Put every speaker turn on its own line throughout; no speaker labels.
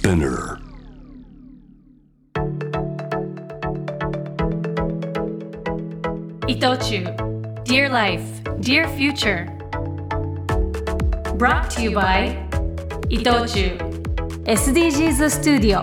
Spinner.
Itochu, Dear Life, Dear Future. Brought to you by Itochu SDGs スタジオ。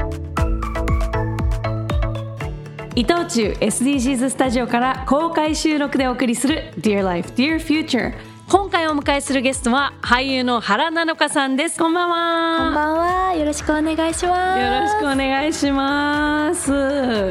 伊藤忠 SDGs スタジオから公開収録でお送りする Dear Life, Dear Future。今回お迎えするゲストは俳優の原菜乃華さんです。こんばんは。
こんばんは。よろしくお願いします。
よろしくお願いします。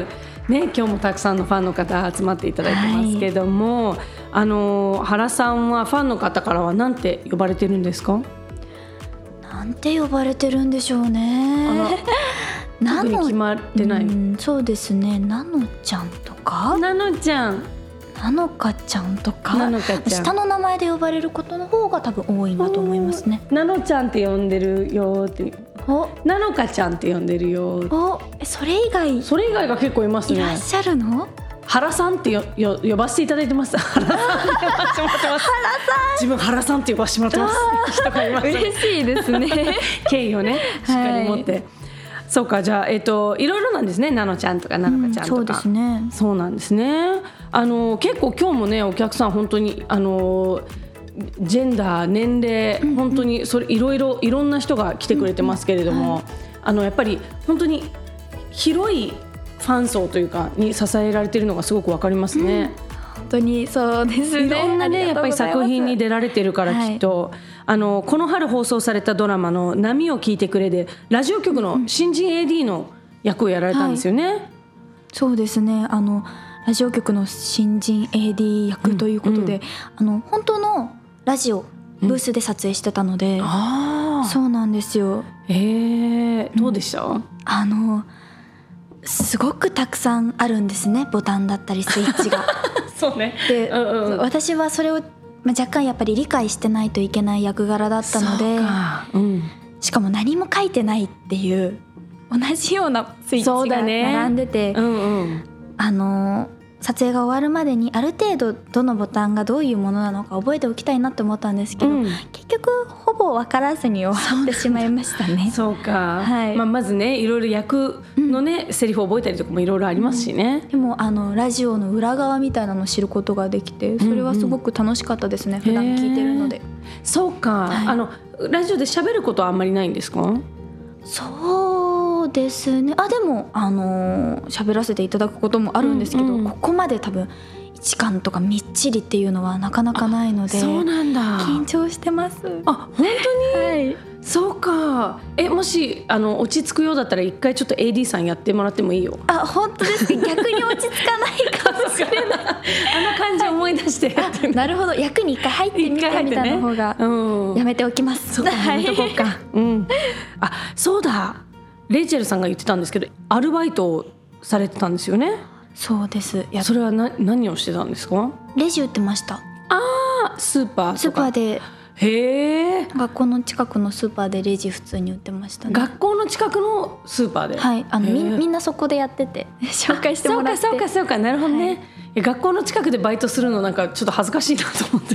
ね、今日もたくさんのファンの方集まっていただいてますけども、原さんはファンの方からは何て呼ばれてるんですか？
なんて呼ばれてるんでしょうね。
特に決まってない。
そうですね。なのちゃんとか、
なのちゃん、
なのかちゃんとか、
なのかちゃん、
下の名前で呼ばれることの方が多分多いなと思いますね。
なのちゃんって呼んでるよって、なのかちゃんって呼んでるよ。
それ以外
が結構いますね。
いらっしゃるの？
原さんって呼ばせていただいてます。原さんって呼ばせてもらってます。自分原さんって呼ばせてもらってます人がいます。
嬉しいですね。
敬意をねしっかり持って、そうか。じゃあいろいろなんですね。なのちゃんとかなのかちゃんとか、
そうですね。
そうなんですね。結構今日もねお客さん本当にジェンダー年齢、本当にそれいろんな人が来てくれてますけれども、やっぱり本当に広いファン層というかに支えられているのがすごくわかりますね。
本当にそうですね。
いろんなねやっぱり作品に出られてるからきっと、この春放送されたドラマの波を聞いてくれでラジオ局の新人 AD の役をやられたんですよね。
そうですね。ラジオ局の新人 AD 役ということで、本当のラジオブースで撮影してたので、そうなんですよ。
どうでした？
すごくたくさんあるんですね、ボタンだったりスイッチが。
そうね。
で、私はそれを若干やっぱり理解してないといけない役柄だったので、しかも何も書いてないっていう同じようなスイッチが並んでて、撮影が終わるまでにある程度どのボタンがどういうものなのか覚えておきたいなって思ったんですけど、結局ほぼ分からずに終わってしまいましたね。
そうか、まずねいろいろ役のね、セリフを覚えたりとかもいろいろありますしね、
でもラジオの裏側みたいなのを知ることができて、それはすごく楽しかったですね、普段聞いてるので。
そうか、ラジオで喋ることはあんまりないんですか？
そうですね。でも喋らせていただくこともあるんですけど、ここまで多分1時間とかみっちりっていうのはなかなかないので、
そうなんだ。
緊張してます。
本当に、そうか。もし落ち着くようだったら一回ちょっと AD さんやってもらってもいいよ。
本当ですか？逆に落ち着かないかもしれない。
感じ思い出してやって
なるほど。役に一回入ってみてみたいな方がやめておきます。
そうか、やめとこうか。そうだ、レイチェルさんが言ってたんですけど、アルバイトをされてたんですよね。
そうです。
それは何をしてたんですか？
レジ売ってました。
スーパーとか。
スーパーで。
へー。
学校の近くのスーパーでレジ普通に売ってましたね。
学校の近くのスーパーで。
はい。みんなそこでやってて紹介してもらって。
そうか、なるほどね。学校の近くでバイトするのなんかちょっと恥ずかしいなと思って。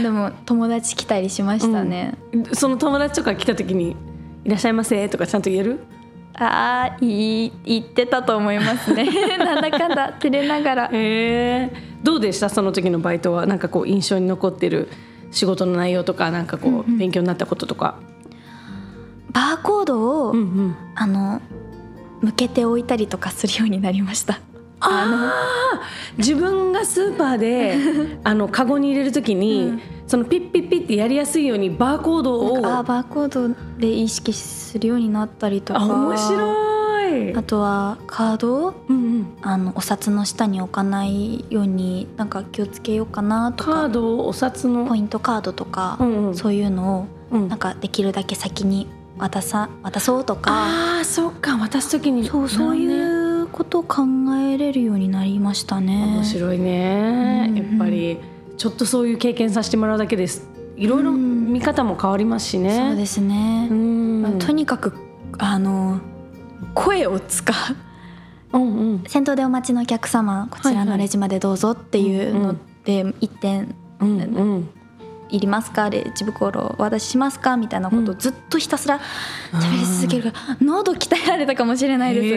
でも友達来たりしましたね。
その友達とか来た時にいらっしゃいませとかちゃんと言える？
言ってたと思いますね。なんだかんだ照れながら。
どうでしたその時のバイトは？なんかこう印象に残ってる仕事の内容とか、なんかこう勉強になったこととか。
バーコードを、向けておいたりとかするようになりました。
自分がスーパーでカゴに入れるときに、そのピッピッピッってやりやすいようにバーコードを
バーコードで意識するようになったりとか。
面白い。
あとはカードを、お札の下に置かないようになんか気をつけようかなとか。
カードをお札の
ポイントカードとか、そういうのを、なんかできるだけ先に渡そうとか。
そうか、渡すときに
そういうことを考えれるようになりましたね。
面白いね、やっぱりちょっとそういう経験させてもらうだけです。いろいろ見方も変わりますしね。
そうですね。とにかく声を使う、先頭でお待ちのお客様、こちらのレジまでどうぞっていうので1点、 いりますか、レジ袋お渡ししますかみたいなことをずっとひたすら喋り続けるから、喉鍛えられたかもしれないです。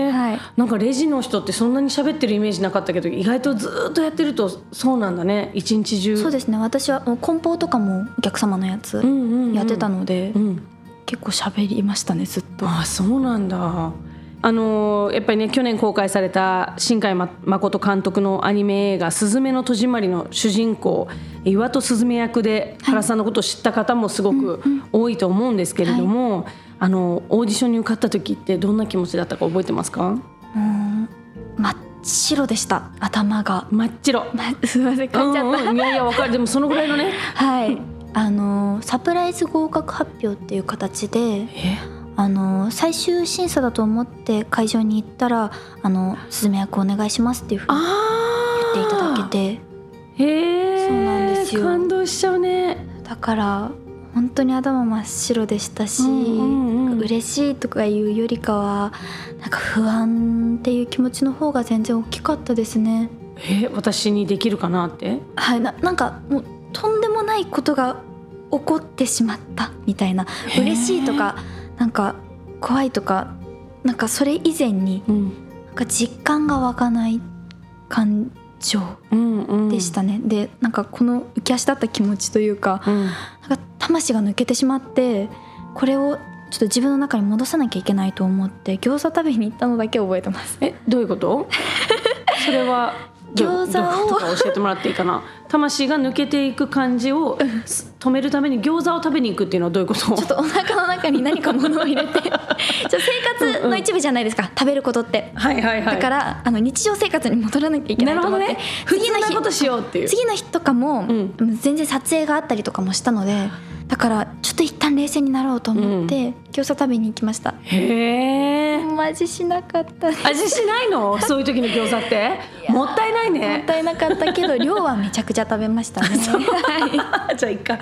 はい、
なんかレジの人ってそんなに喋ってるイメージなかったけど、意外とずっとやってるとそうなんだね、一日中。
そうですね、私は梱包とかもお客様のやつやってたので、結構喋りましたね、ずっと。
あ、そうなんだ。やっぱりね、去年公開された新海誠監督のアニメ映画「すずめの戸締まり」の主人公岩戸すずめ役で原さんのことを知った方もすごく多いと思うんですけれども、オーディションに受かった時ってどんな気持ちだったか覚えてますか？
真っ白でした、頭が
真っ白、
すいません、噛んじゃった、
いやいや分かる、でもそのぐらいのね
はいサプライズ合格発表っていう形で最終審査だと思って会場に行ったらすずめ役お願いしますっていうふうに言っていただけて、そうなんですよ、
感動しちゃうね。
だから本当に頭真っ白でしたし、嬉しいとかいうよりかはなんか不安っていう気持ちの方が全然大きかったですね。
私にできるかなって。はい、
なんかもうとんでもないことが起こってしまったみたいな、嬉しいとかなんか怖いとかなんかそれ以前に、なんか実感が湧かない感情でしたね。でなんかこの浮き足立った気持ちというか、なんか魂が抜けてしまって、これをちょっと自分の中に戻さなきゃいけないと思って餃子食べに行ったのだけ覚えてます。
どういうことそれは餃子をとか教えてもらっていいかな。魂が抜けていく感じを止めるために餃子を食べに行くっていうのはどういうこと？
ちょっとお腹の中に何か物を入れて生活の一部じゃないですか、食べることって。だから日常生活に戻らなきゃいけないと思って、
次の日ことしようっていう。
次の日とかも、全然撮影があったりとかもしたので、だからちょっと一旦冷静になろうと思って、餃子食べに行きました。味しなかった。
味しないの？そういう時の餃子ってもったいないね。
もったいなかったけど量はめちゃくちゃ食べましたね
じゃあいっか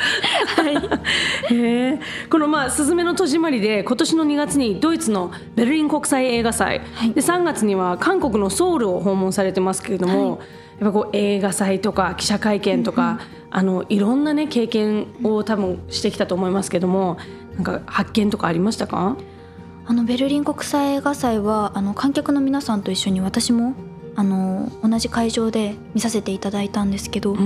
このすずめの戸締まりで今年の2月にドイツのベルリン国際映画祭、で3月には韓国のソウルを訪問されてますけれども、やっぱ映画祭とか記者会見とか、いろんなね経験を多分してきたと思いますけども、なんか発見とかありましたか？
ベルリン国際映画祭は観客の皆さんと一緒に私も同じ会場で見させていただいたんですけど、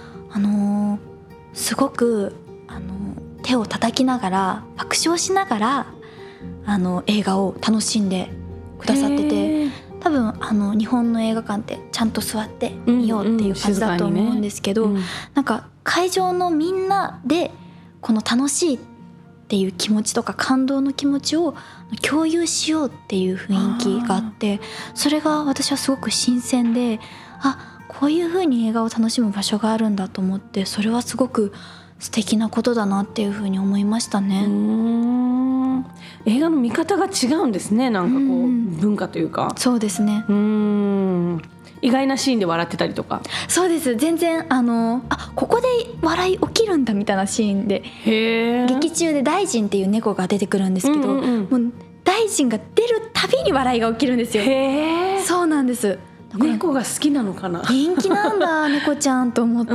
すごく手を叩きながら爆笑しながら映画を楽しんでくださってて、多分日本の映画館ってちゃんと座って見ようっていう感じだと思うんですけど、なんか会場のみんなでこの楽しいっていう気持ちとか感動の気持ちを共有しようっていう雰囲気があって、それが私はすごく新鮮で、こういう風に映画を楽しむ場所があるんだと思って、それはすごく素敵なことだなっていう風に思いましたね。
映画の見方が違うんですね、なんかこう文化というか。
そうですね。
意外なシーンで笑ってたりとか。
そうです、全然ここで笑い起きるんだみたいなシーンで、劇中で大臣っていう猫が出てくるんですけど、もう大臣が出るたびに笑いが起きるんですよ。そうなんです。
猫が好きなのかな。
元気なんだ猫ちゃんと思って、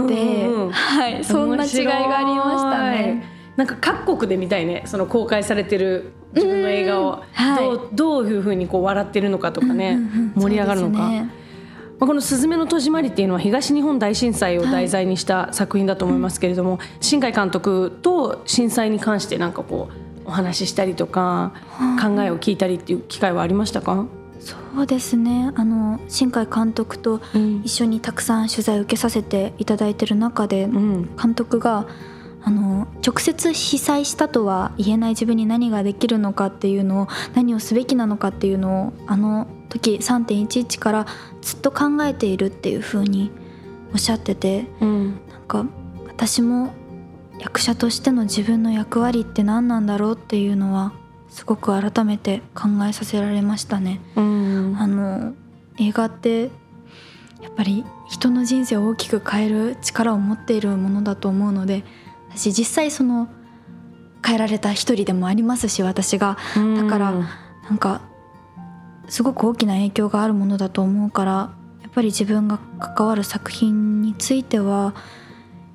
そんな違いがありましたね。
なんか各国で見たいね、その公開されてる自分の映画をどういう風にこう笑ってるのかとかね、盛り上がるのか。このすずめの戸締まりっていうのは東日本大震災を題材にした作品だと思いますけれども、新海監督と震災に関してなんかこうお話ししたりとか、考えを聞いたりっていう機会はありましたか？
そうですね、新海監督と一緒にたくさん取材を受けさせていただいている中で、監督が直接被災したとは言えない自分に何ができるのかっていうのを、何をすべきなのかっていうのを時 3.11 からずっと考えているっていう風におっしゃってて、なんか私も役者としての自分の役割って何なんだろうっていうのはすごく改めて考えさせられましたね。映画ってやっぱり人の人生を大きく変える力を持っているものだと思うので、私実際変えられた一人でもありますし、私がだからなんかすごく大きな影響があるものだと思うから、やっぱり自分が関わる作品については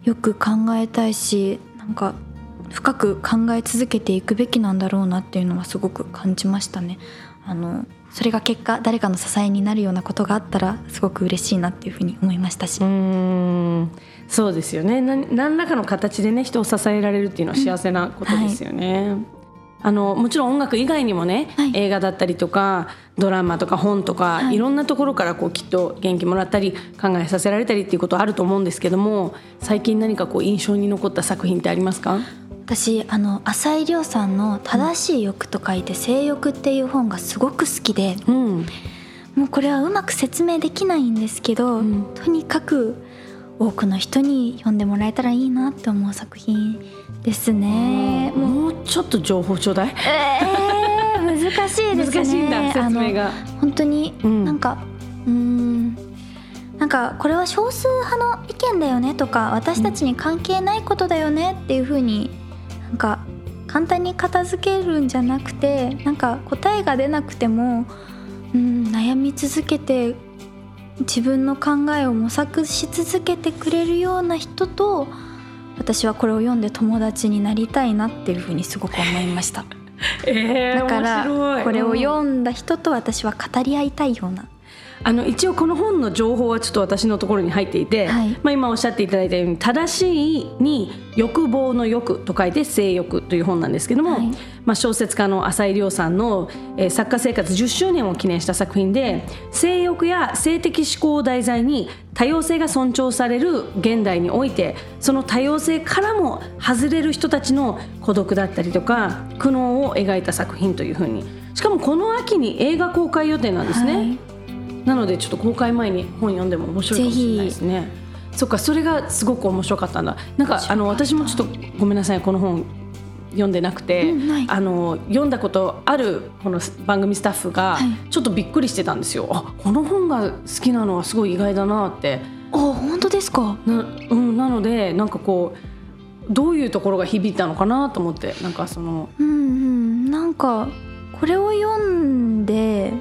よく考えたいし、なんか深く考え続けていくべきなんだろうなっていうのはすごく感じましたね。それが結果誰かの支えになるようなことがあったらすごく嬉しいなっていうふうに思いましたし。
そうですよね。何らかの形でね、人を支えられるっていうのは幸せなことですよね。もちろん音楽以外にもね、映画だったりとかドラマとか本とか、いろんなところからきっと元気もらったり考えさせられたりっていうことあると思うんですけども、最近何か印象に残った作品ってありますか？
私浅井亮さんの正しい欲と書いて性欲っていう本がすごく好きで、もうこれはうまく説明できないんですけど、とにかく多くの人に読んでもらえたらいいなって思う作品ですね。
もうちょっと情報ちょうだい。
難しいですね。
難しいんだ、説明が。
本当になんかこれは少数派の意見だよねとか、私たちに関係ないことだよねっていう風になんか簡単に片付けるんじゃなくて、なんか答えが出なくても、悩み続けて自分の考えを模索し続けてくれるような人と、私はこれを読んで友達になりたいなっていうふうにすごく思いました。だからこれを読んだ人と私は語り合いたいような。
一応この本の情報はちょっと私のところに入っていて、今おっしゃっていただいたように正しいに欲望の欲と書いて性欲という本なんですけども、小説家の浅井亮さんの、作家生活10周年を記念した作品で、性欲や性的指向を題材に多様性が尊重される現代において、その多様性からも外れる人たちの孤独だったりとか苦悩を描いた作品というふうに、しかもこの秋に映画公開予定なんですね。なのでちょっと公開前に本読んでも面白いかもしれないですね。そっか、それがすごく面白かったんだ。なんか私もちょっとごめんなさい、この本読んでなくて、読んだことあるこの番組スタッフがちょっとびっくりしてたんですよ。この本が好きなのはすごい意外だなって。
本当ですか？
なのでなんかどういうところが響いたのかなと思って、なんか
なんかこれを読んで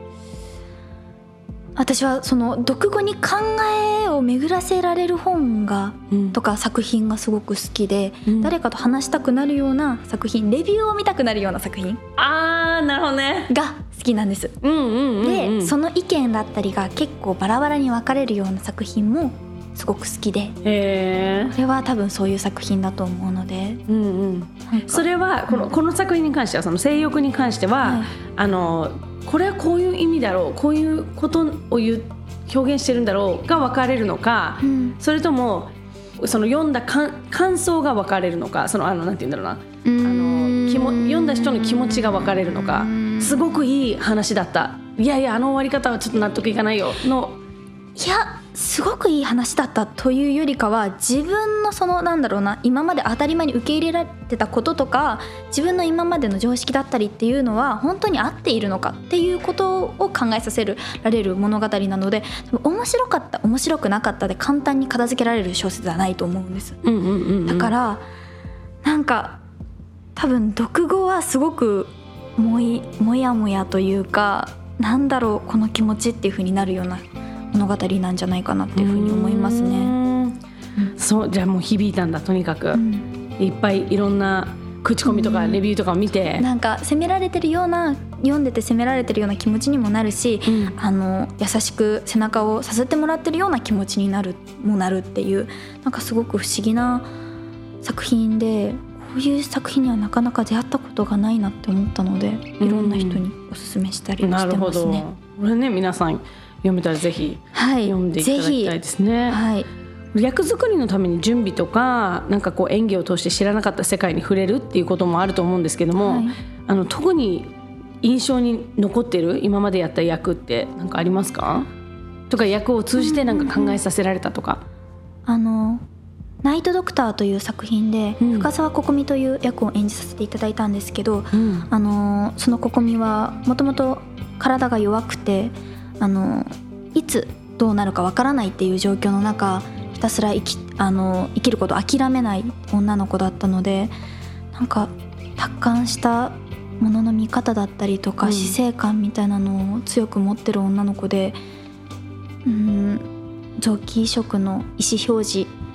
私はその読後に考えを巡らせられる本が、とか作品がすごく好きで、誰かと話したくなるような作品、レビューを見たくなるような作品
なるほどね
が好きなんです。でその意見だったりが結構バラバラに分かれるような作品もすごく好きで、これは多分そういう作品だと思うので、
それはこの作品に関しては、その性欲に関しては、これはこういう意味だろう、こういうことを表現してるんだろうが分かれるのか、それともその読んだ感想が分かれるのか、なんて言うんだろうな、読んだ人の気持ちが分かれるのか、すごくいい話だった、いや終わり方はちょっと納得いかないよの、
いやすごくいい話だったというよりかは、自分の今まで当たり前に受け入れられてたこととか、自分の今までの常識だったりっていうのは本当に合っているのかっていうことを考えさせられる物語なので、面白かった面白くなかったで簡単に片付けられる小説ではないと思うんです。だからなんか多分読後はすごくもやもやというか、なんだろうこの気持ちっていう風になるような物語なんじゃないかなっていうふうに思いますね。
そう、じゃあもう響いたんだ。とにかく、いっぱいいろんな口コミとかレビューとかを見て、
なんか責められてるような、読んでて責められてるような気持ちにもなるし、優しく背中をさすってもらってるような気持ちになるっていう、なんかすごく不思議な作品で、こういう作品にはなかなか出会ったことがないなって思ったので、いろんな人におすすめしたりしてますね。なるほど。
これね、皆さん読めたらぜひ読んでいただきたいですね。役作りのために準備とか、なんか演技を通して知らなかった世界に触れるっていうこともあると思うんですけども、特に印象に残ってる今までやった役って何かありますか？とか役を通じてなんか考えさせられたとか。
ナイトドクターという作品で、深沢ここみという役を演じさせていただいたんですけど、そのここみはもともと体が弱くて、いつどうなるかわからないっていう状況の中、ひたすら生きることを諦めない女の子だったので、なんか達観したものの見方だったりとか、死生観みたいなのを強く持ってる女の子で、臓器移植の意思表示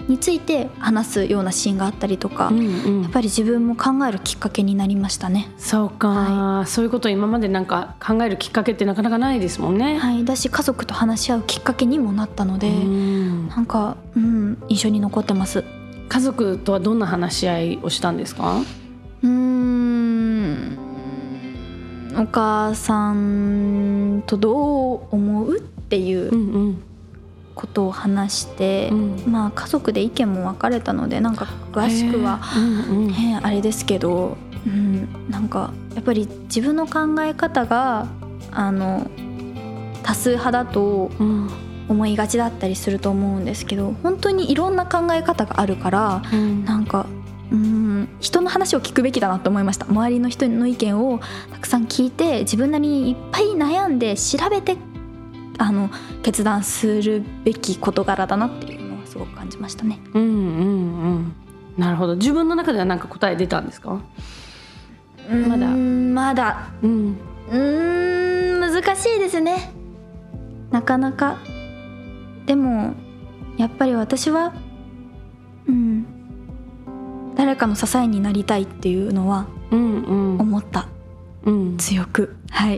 について話すようなシーンがあったりとか、やっぱり自分も考えるきっかけになりましたね。
そうか、そういうことを今までなんか考えるきっかけってなかなかないですもんね。
だし家族と話し合うきっかけにもなったので、なんか、印象に残ってます。
家族とはどんな話し合いをしたんですか？
お母さんとどう思うっていうことを話して、家族で意見も分かれたのでなんか詳しくは、あれですけど、なんかやっぱり自分の考え方が多数派だと思いがちだったりすると思うんですけど、本当にいろんな考え方があるから、なんか人の話を聞くべきだなと思いました。周りの人の意見をたくさん聞いて自分なりにいっぱい悩んで調べて決断するべき事柄だなっていうのはすごく感じましたね。
なるほど。自分の中では何か答え出たんですか？まだ、
難しいですね、なかなか。でもやっぱり私は誰かの支えになりたいっていうのは思った、強く。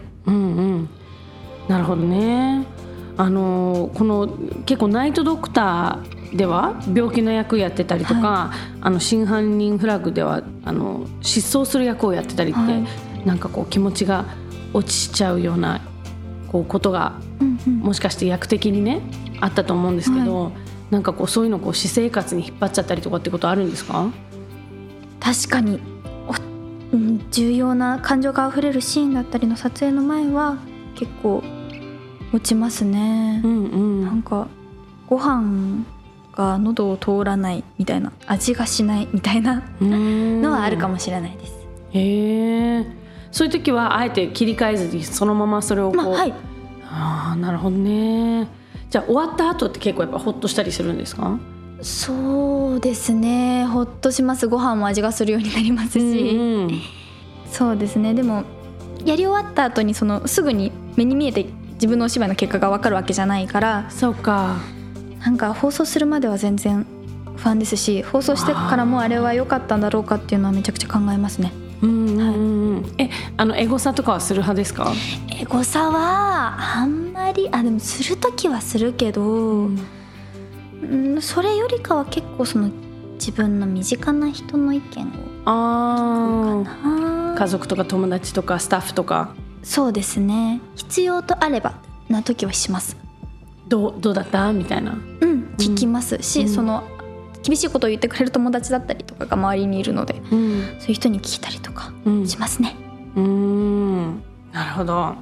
なるほどね。この結構ナイトドクターでは病気の役やってたりとか、真犯人フラグでは失踪する役をやってたりって、なんかこう気持ちが落ちちゃうようなことが、もしかして役的にねあったと思うんですけど、なんかそういうの私生活に引っ張っちゃったりとかってことあるんですか？
確かに重要な感情があふれるシーンだったりの撮影の前は結構落ちますね。なんかご飯が喉を通らないみたいな、味がしないみたいなのはあるかもしれないです。
そういう時はあえて切り替えずにそのままそれをなるほどね。じゃあ終わった後って結構やっぱホッとしたりするんですか？
そうですね、ほっとします。ご飯も味がするようになりますし、そうですね。でもやり終わった後にすぐに目に見えて自分のお芝居の結果が分かるわけじゃないから、
そうか、
なんか放送するまでは全然不安ですし、放送してからもあれは良かったんだろうかっていうのはめちゃくちゃ考えますね。
エゴサとかはする派ですか？
エゴサはあんまり、でもするときはするけど、それよりかは結構自分の身近な人の意見を聞くかな。
家族とか友達とかスタッフとか。
そうですね、必要とあればな時はします。
どうだったみたいな、
聞きますし、厳しいことを言ってくれる友達だったりとかが周りにいるので、そういう人に聞いたりとかしますね。
なるほど。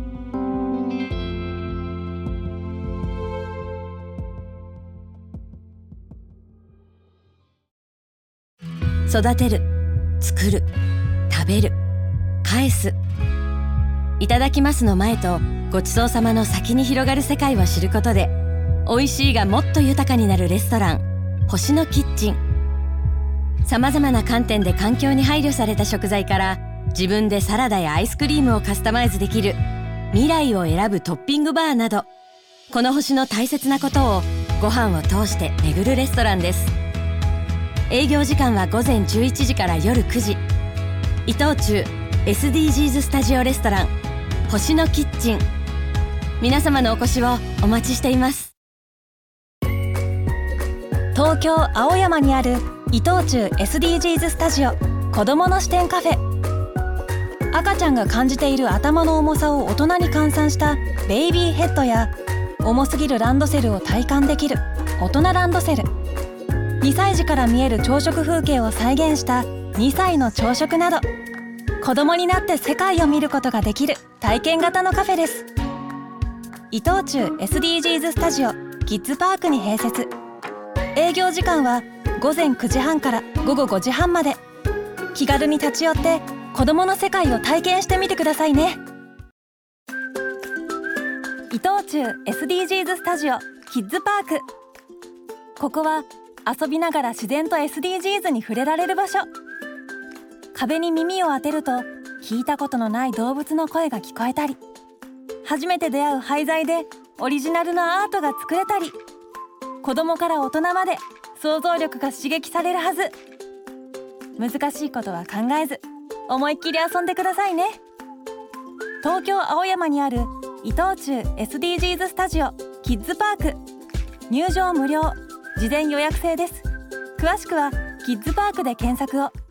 育てる、作る、食べる、返す。いただきますの前とごちそうさまの先に広がる世界を知ることで、美味しいがもっと豊かになるレストラン、星のキッチン。さまざまな観点で環境に配慮された食材から自分でサラダやアイスクリームをカスタマイズできる未来を選ぶトッピングバーなど、この星の大切なことをご飯を通して巡るレストランです。営業時間は午前11時から夜9時。伊藤忠 SDGs スタジオレストラン星のキッチン。皆様のお越しをお待ちしています。
東京青山にある伊藤忠 SDGs スタジオ子どもの視点カフェ。赤ちゃんが感じている頭の重さを大人に換算したベイビーヘッドや、重すぎるランドセルを体感できる大人ランドセル、2歳児から見える朝食風景を再現した2歳の朝食など、子供になって世界を見ることができる体験型のカフェです。伊藤忠 SDGs スタジオキッズパークに併設。営業時間は午前9時半から午後5時半まで。気軽に立ち寄って子どもの世界を体験してみてくださいね。伊藤忠 SDGs スタジオキッズパーク。ここは遊びながら自然と SDGs に触れられる場所。壁に耳を当てると聞いたことのない動物の声が聞こえたり、初めて出会う廃材でオリジナルのアートが作れたり、子供から大人まで想像力が刺激されるはず。難しいことは考えず思いっきり遊んでくださいね。東京青山にある伊藤忠 SDGs スタジオキッズパーク、入場無料、事前予約制です。詳しくはキッズパークで検索を。